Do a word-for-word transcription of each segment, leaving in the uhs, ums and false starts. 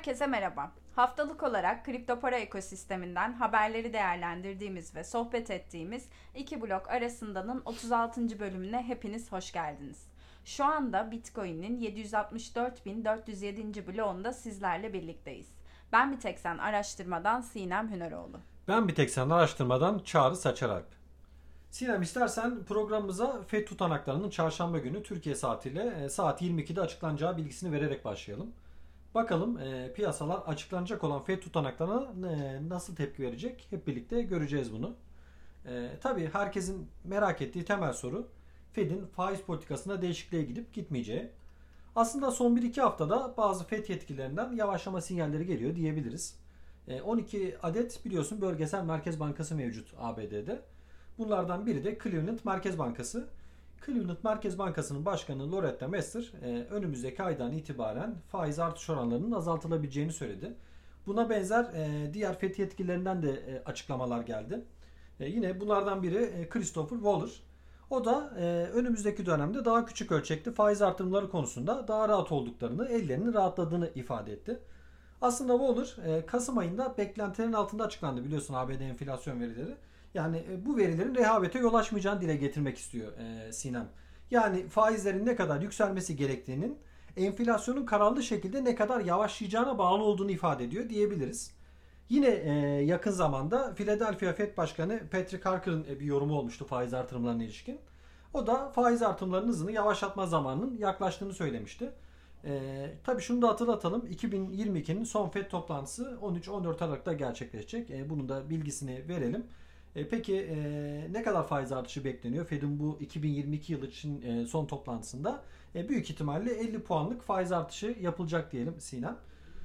Herkese merhaba. Haftalık olarak kripto para ekosisteminden haberleri değerlendirdiğimiz ve sohbet ettiğimiz iki blok arasındanın otuz altıncı bölümüne hepiniz hoş geldiniz. Şu anda Bitcoin'in yedi yüz altmış dört bin dört yüz yedinci bloğunda sizlerle birlikteyiz. Ben bir tek sen araştırmadan Sinem Hüneroğlu. Ben bir tek sen araştırmadan Çağrı Saçaralp. Sinem, istersen programımıza F E D tutanaklarının çarşamba günü Türkiye saatiyle saat yirmi ikide açıklanacağı bilgisini vererek başlayalım. Bakalım e, piyasalar açıklanacak olan F E D tutanaklarına e, nasıl tepki verecek? Hep birlikte göreceğiz bunu. E, tabii herkesin merak ettiği temel soru F E D'in faiz politikasında değişikliğe gidip gitmeyeceği. Aslında son bir iki haftada bazı F E D yetkililerinden yavaşlama sinyalleri geliyor diyebiliriz. E, on iki adet biliyorsun bölgesel merkez bankası mevcut A B D'de. Bunlardan biri de Cleveland Merkez Bankası. Cleveland Merkez Bankası'nın başkanı Loretta Mester e, önümüzdeki aydan itibaren faiz artış oranlarının azaltılabileceğini söyledi. Buna benzer e, diğer F E D yetkililerinden de e, açıklamalar geldi. E, yine bunlardan biri e, Christopher Waller. O da e, önümüzdeki dönemde daha küçük ölçekli faiz artırımları konusunda daha rahat olduklarını, ellerinin rahatladığını ifade etti. Aslında Waller e, Kasım ayında beklentilerin altında açıklandı, biliyorsun A B D enflasyon verileri. Yani e, bu verilerin rehavete yol açmayacağını dile getirmek istiyor e, Sinem. Yani faizlerin ne kadar yükselmesi gerektiğinin enflasyonun kararlı şekilde ne kadar yavaşlayacağına bağlı olduğunu ifade ediyor diyebiliriz. Yine e, yakın zamanda Philadelphia Fed Başkanı Patrick Harker'ın bir yorumu olmuştu faiz artırımlarına ilişkin. O da faiz artırımlarının hızını yavaşlatma zamanının yaklaştığını söylemişti. E, tabii şunu da hatırlatalım. iki bin yirmi ikinin son Fed toplantısı on üç on dört Aralık'ta gerçekleşecek. E, bunun da bilgisini verelim. E, peki e, ne kadar faiz artışı bekleniyor? Fed'in bu iki bin yirmi iki yılı için e, son toplantısında e, büyük ihtimalle elli puanlık faiz artışı yapılacak diyelim Sinem.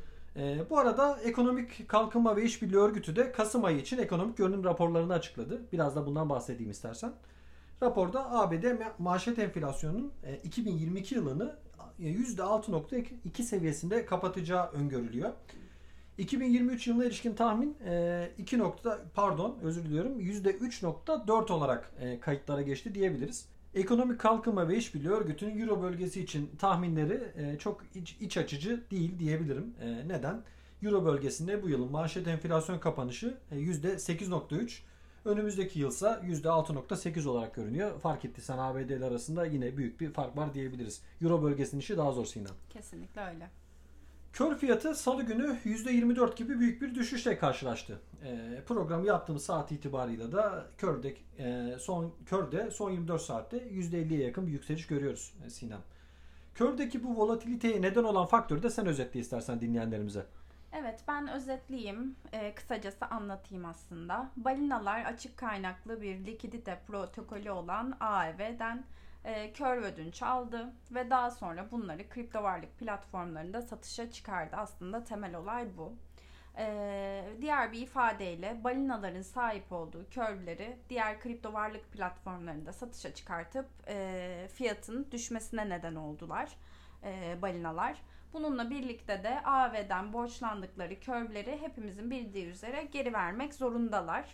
E, bu arada Ekonomik Kalkınma ve İşbirliği Örgütü de Kasım ayı için ekonomik görünüm raporlarını açıkladı. Biraz da bundan bahsedeyim istersen. Raporda A B D ma- maaşet enflasyonunun e, iki bin yirmi iki yılını yüzde altı nokta iki seviyesinde kapatacağı öngörülüyor. iki bin yirmi üç yılına ilişkin tahmin iki nokta pardon özür diliyorum yüzde üç nokta dört olarak kayıtlara geçti diyebiliriz. Ekonomik Kalkınma ve İşbirliği Örgütü'nün Euro bölgesi için tahminleri çok iç, iç açıcı değil diyebilirim. Neden? Euro bölgesinde bu yılın manşet enflasyon kapanışı yüzde sekiz nokta üç, önümüzdeki yılsa yüzde altı nokta sekiz olarak görünüyor. Fark ettiysen A B D ile arasında yine büyük bir fark var diyebiliriz. Euro bölgesinin işi daha zor Sinan. Kesinlikle öyle. Kör fiyatı salı günü yüzde yirmi dört gibi büyük bir düşüşle karşılaştı. E, programı yaptığımız saat itibarıyla da Kör'de e, son Kör'de son yirmi dört saatte yüzde elliye yakın bir yükseliş görüyoruz e, Sinem. Kör'deki bu volatiliteye neden olan faktörü de sen özetle istersen dinleyenlerimize. Evet, ben özetleyeyim, e, kısacası anlatayım aslında. Balinalar açık kaynaklı bir likidite protokolü olan A E V'den e, kör ödünç aldı ve daha sonra bunları kripto varlık platformlarında satışa çıkardı. Aslında temel olay bu. E, diğer bir ifadeyle balinaların sahip olduğu körleri diğer kripto varlık platformlarında satışa çıkartıp e, fiyatın düşmesine neden oldular e, balinalar. Bununla birlikte de A V'den borçlandıkları körleri hepimizin bildiği üzere geri vermek zorundalar.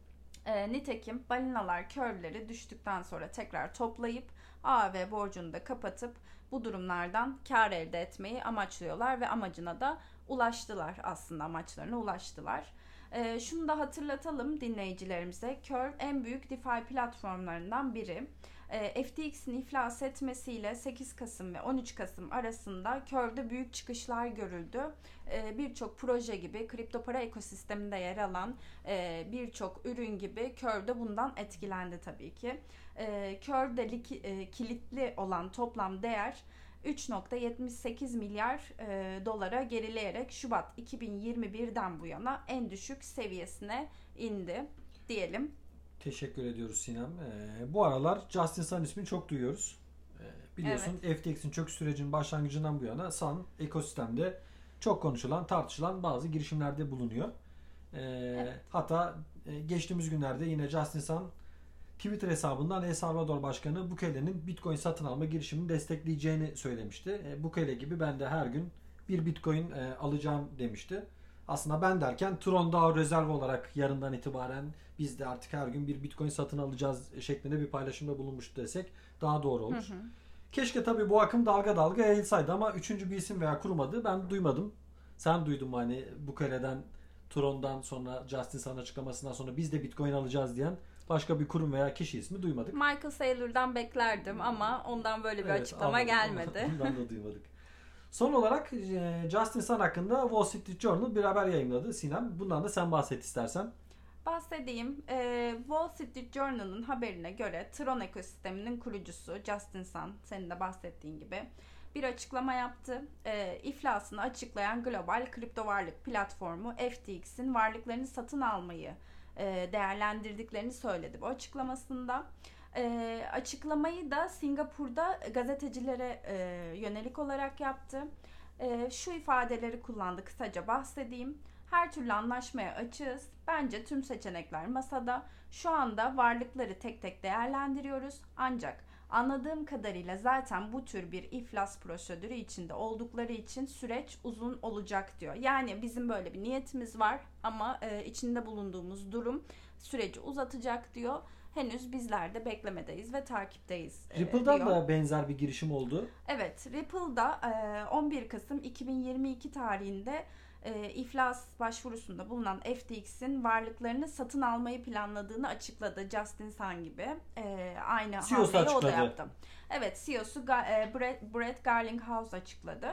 E, nitekim balinalar körleri düştükten sonra tekrar toplayıp A V borcunu da kapatıp bu durumlardan kar elde etmeyi amaçlıyorlar ve amacına da ulaştılar, aslında amaçlarına ulaştılar. E, şunu da hatırlatalım dinleyicilerimize, Curve en büyük DeFi platformlarından biri. E, F T X'in iflas etmesiyle sekiz Kasım ve on üç Kasım arasında Curve'de büyük çıkışlar görüldü. E, birçok proje gibi kripto para ekosisteminde yer alan e, birçok ürün gibi Curve'de bundan etkilendi tabii ki. E, Curve'de li- e, kilitli olan toplam değer üç nokta yetmiş sekiz milyar e, dolara gerileyerek Şubat iki bin yirmi birden bu yana en düşük seviyesine indi diyelim. Teşekkür ediyoruz Sinem. Ee, bu aralar Justin Sun ismini çok duyuyoruz. Ee, biliyorsun Evet. F T X'in çöküş sürecinin başlangıcından bu yana Sun ekosistemde çok konuşulan, tartışılan bazı girişimlerde bulunuyor. Ee, Evet. hatta e, geçtiğimiz günlerde yine Justin Sun Twitter hesabından El Salvador Başkanı Bukele'nin Bitcoin satın alma girişimini destekleyeceğini söylemişti. E, Bukele gibi ben de her gün bir Bitcoin e, alacağım demişti. Aslında ben derken Tron D A O rezerv olarak yarından itibaren biz de artık her gün bir Bitcoin satın alacağız şeklinde bir paylaşımda bulunmuştu desek daha doğru olur. Hı hı. Keşke tabii bu akım dalga dalga yayılsaydı ama üçüncü bir isim veya kurum adı ben duymadım. Sen duydun mu hani Bukare'den, Tron'dan sonra Justin Sun açıklamasından sonra biz de Bitcoin alacağız diyen başka bir kurum veya kişi ismi duymadık. Michael Saylor'dan beklerdim ama ondan böyle bir Evet, açıklama anladım. gelmedi. Ondan da duymadık. Son olarak Justin Sun hakkında Wall Street Journal bir haber yayınladı Sinem. Bundan da sen bahset istersen. Bahsedeyim. Ee, Wall Street Journal'ın haberine göre Tron ekosisteminin kurucusu Justin Sun, senin de bahsettiğin gibi bir açıklama yaptı. Ee, iflasını açıklayan global kripto varlık platformu F T X'in varlıklarını satın almayı e, değerlendirdiklerini söyledi bu açıklamasında. E, açıklamayı da Singapur'da gazetecilere e, yönelik olarak yaptı. E, şu ifadeleri kullandı, kısaca bahsedeyim. Her türlü anlaşmaya açığız. Bence tüm seçenekler masada. Şu anda varlıkları tek tek değerlendiriyoruz. Ancak anladığım kadarıyla zaten bu tür bir iflas prosedürü içinde oldukları için süreç uzun olacak diyor. Yani bizim böyle bir niyetimiz var ama e, içinde bulunduğumuz durum süreci uzatacak diyor. Henüz bizler de beklemedeyiz ve takipteyiz e, Ripple'dan diyor. da benzer bir girişim oldu. Evet, Ripple'da e, on bir Kasım iki bin yirmi iki tarihinde e, iflas başvurusunda bulunan F T X'in varlıklarını satın almayı planladığını açıkladı. Justin Sun gibi. E, aynı C E O'su hamleyi o da açıkladı. yaptı. Evet, C E O'su Ga- e, Brett, Brett Garlinghouse açıkladı.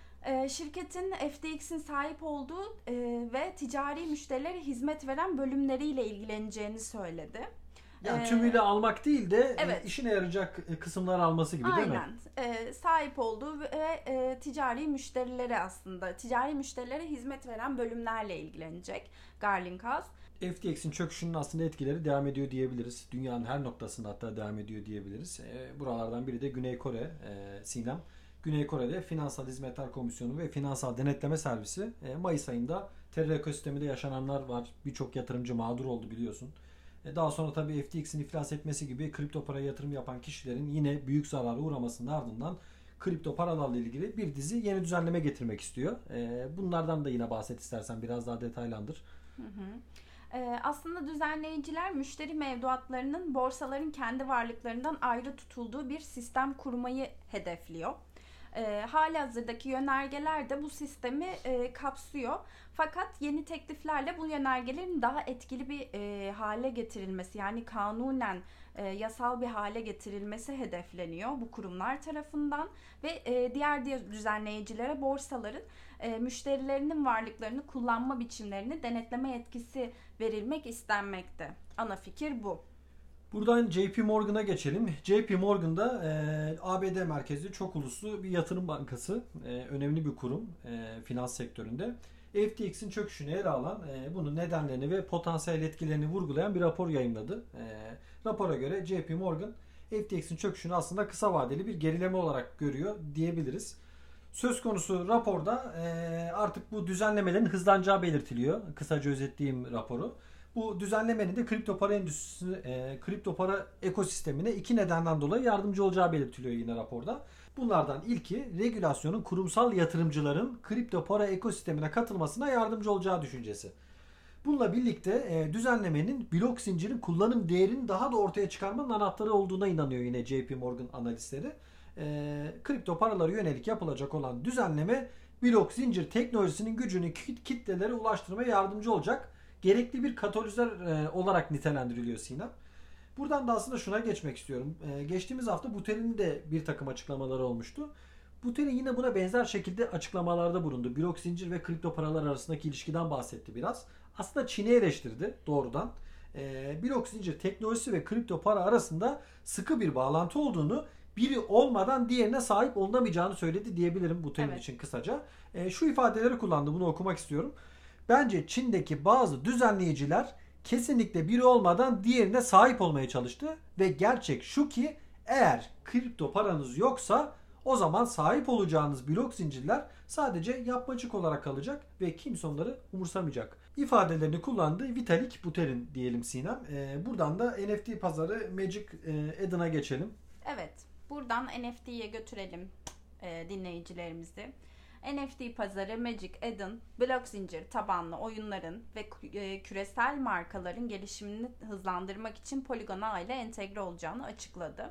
E, şirketin F T X'in sahip olduğu e, ve ticari müşterilere hizmet veren bölümleriyle ilgileneceğini söyledi. Yani Ee, tümüyle almak değil de evet. işine yarayacak kısımlar alması gibi değil mi? Aynen. Ee, sahip olduğu ve e, ticari müşterilere aslında ticari müşterilere hizmet veren bölümlerle ilgilenecek Garlinghouse. F T X'in çöküşünün aslında etkileri devam ediyor diyebiliriz. Dünyanın her noktasında hatta devam ediyor diyebiliriz. E, buralardan biri de Güney Kore, e, Sinem. Güney Kore'de Finansal Hizmetler Komisyonu ve Finansal Denetleme Servisi e, Mayıs ayında terör ekosisteminde yaşananlar var. Birçok yatırımcı mağdur oldu biliyorsun. E, daha sonra tabii F T X'in iflas etmesi gibi kripto paraya yatırım yapan kişilerin yine büyük zarara uğramasının ardından kripto paralarla ilgili bir dizi yeni düzenleme getirmek istiyor. E, bunlardan da yine bahset istersen, biraz daha detaylandır. Hı hı. Ee, aslında düzenleyiciler müşteri mevduatlarının borsaların kendi varlıklarından ayrı tutulduğu bir sistem kurmayı hedefliyor. E, halihazırdaki yönergeler de bu sistemi e, kapsıyor. Fakat yeni tekliflerle bu yönergelerin daha etkili bir e, hale getirilmesi, yani kanunen e, yasal bir hale getirilmesi hedefleniyor bu kurumlar tarafından ve e, diğer diğer düzenleyicilere borsaların e, müşterilerinin varlıklarını kullanma biçimlerini denetleme yetkisi verilmek istenmekte. Ana fikir bu. Buradan J P Morgan'a geçelim. J P Morgan'da e, A B D merkezli çok uluslu bir yatırım bankası. E, önemli bir kurum e, finans sektöründe. F T X'in çöküşünü ele alan, e, bunun nedenlerini ve potansiyel etkilerini vurgulayan bir rapor yayınladı. E, rapora göre J P Morgan F T X'in çöküşünü aslında kısa vadeli bir gerileme olarak görüyor diyebiliriz. Söz konusu raporda e, artık bu düzenlemelerin hızlanacağı belirtiliyor. Kısaca özetleyeyim raporu. Bu düzenlemenin de kripto para endüstrisine, e, kripto para ekosistemine iki nedenden dolayı yardımcı olacağı belirtiliyor yine raporda. Bunlardan ilki, regülasyonun kurumsal yatırımcıların kripto para ekosistemine katılmasına yardımcı olacağı düşüncesi. Bununla birlikte e, düzenlemenin blok zincirin kullanım değerini daha da ortaya çıkarmanın anahtarı olduğuna inanıyor yine J P Morgan analistleri. E, kripto paralara yönelik yapılacak olan düzenleme blok zincir teknolojisinin gücünü kitlelere ulaştırmaya yardımcı olacak. Gerekli bir katalizör e, olarak nitelendiriliyor Sinem. Buradan da aslında şuna geçmek istiyorum. E, geçtiğimiz hafta Buterin'in de bir takım açıklamaları olmuştu. Buterin yine buna benzer şekilde açıklamalarda bulundu. Blok zincir ve kripto paralar arasındaki ilişkiden bahsetti biraz. Aslında Çin'i eleştirdi doğrudan. E, blok zincir teknolojisi ve kripto para arasında sıkı bir bağlantı olduğunu, biri olmadan diğerine sahip olunamayacağını söyledi diyebilirim Buterin Evet. için kısaca. E, şu ifadeleri kullandı, bunu okumak istiyorum. Bence Çin'deki bazı düzenleyiciler kesinlikle biri olmadan diğerine sahip olmaya çalıştı ve gerçek şu ki eğer kripto paranız yoksa o zaman sahip olacağınız blok zincirler sadece yapmacık olarak kalacak ve kimse onları umursamayacak ifadelerini kullandı Vitalik Buterin diyelim Sinem. Ee, buradan da N F T pazarı Magic Eden'a geçelim. Evet, buradan N F T'ye götürelim e, dinleyicilerimizi. N F T pazarı Magic Eden, blok zincir tabanlı oyunların ve e, küresel markaların gelişimini hızlandırmak için Polygon ağ ile entegre olacağını açıkladı.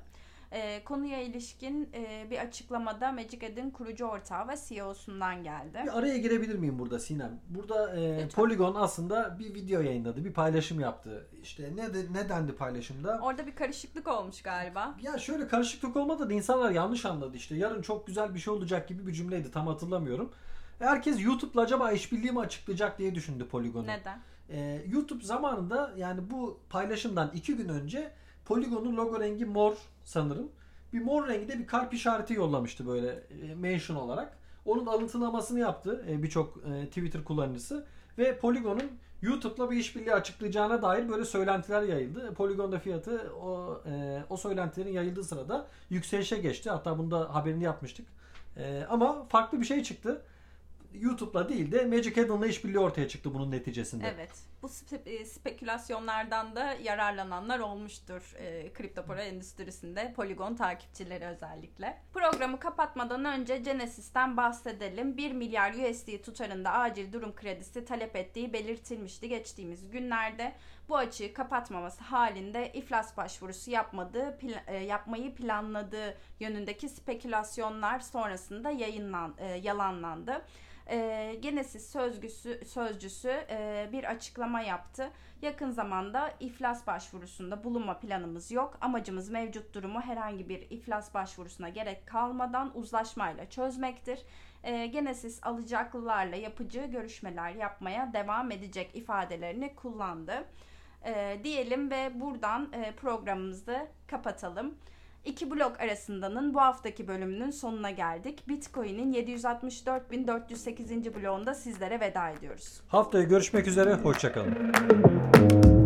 E, konuya ilişkin e, bir açıklamada Magic Ed'in kurucu ortağı ve C E O'sundan geldi. Bir araya girebilir miyim burada Sinem? Burada e, Lütfen. Polygon aslında bir video yayınladı, bir paylaşım yaptı. İşte ne de, ne dendi paylaşımda? Orada bir karışıklık olmuş galiba. Ya şöyle karışıklık olmadı da insanlar yanlış anladı işte. Yarın çok güzel bir şey olacak gibi bir cümleydi, tam hatırlamıyorum. Herkes YouTube'la acaba işbirliği mi açıklayacak diye düşündü Polygon'u. Neden? Ee, YouTube zamanında, yani bu paylaşımdan iki gün önce Polygon'un logo rengi mor sanırım. Bir mor rengi de bir kalp işareti yollamıştı böyle e, mention olarak. Onun alıntılamasını yaptı e, birçok e, Twitter kullanıcısı. Ve Polygon'un YouTube'la bir işbirliği açıklayacağına dair böyle söylentiler yayıldı. Polygon'da fiyatı o, e, o söylentilerin yayıldığı sırada yükselişe geçti. Hatta bunda haberini yapmıştık. E, ama farklı bir şey çıktı. YouTube'la değil de Magic Eden'la işbirliği ortaya çıktı bunun neticesinde. Evet. Bu spe- spekülasyonlardan da yararlananlar olmuştur. E, kripto para endüstrisinde Polygon takipçileri özellikle. Programı kapatmadan önce Genesis'ten bahsedelim. bir milyar U S D tutarında acil durum kredisi talep ettiği belirtilmişti geçtiğimiz günlerde. Bu açığı kapatmaması halinde iflas başvurusu yapmadığı, pla- e, yapmayı planladığı yönündeki spekülasyonlar sonrasında yayınlan, e, yalanlandı. E, Genesis sözcüsü, sözcüsü e, bir açıklama yaptı. Yakın zamanda iflas başvurusunda bulunma planımız yok. Amacımız mevcut durumu herhangi bir iflas başvurusuna gerek kalmadan uzlaşmayla çözmektir. E, Genesis alacaklılarla yapıcı görüşmeler yapmaya devam edecek ifadelerini kullandı. E, diyelim ve buradan e, programımızı kapatalım. İki blok arasındanın bu haftaki bölümünün sonuna geldik. Bitcoin'in yedi yüz altmış dört bin dört yüz sekizinci bloğunda sizlere veda ediyoruz. Haftaya görüşmek üzere, hoşça kalın.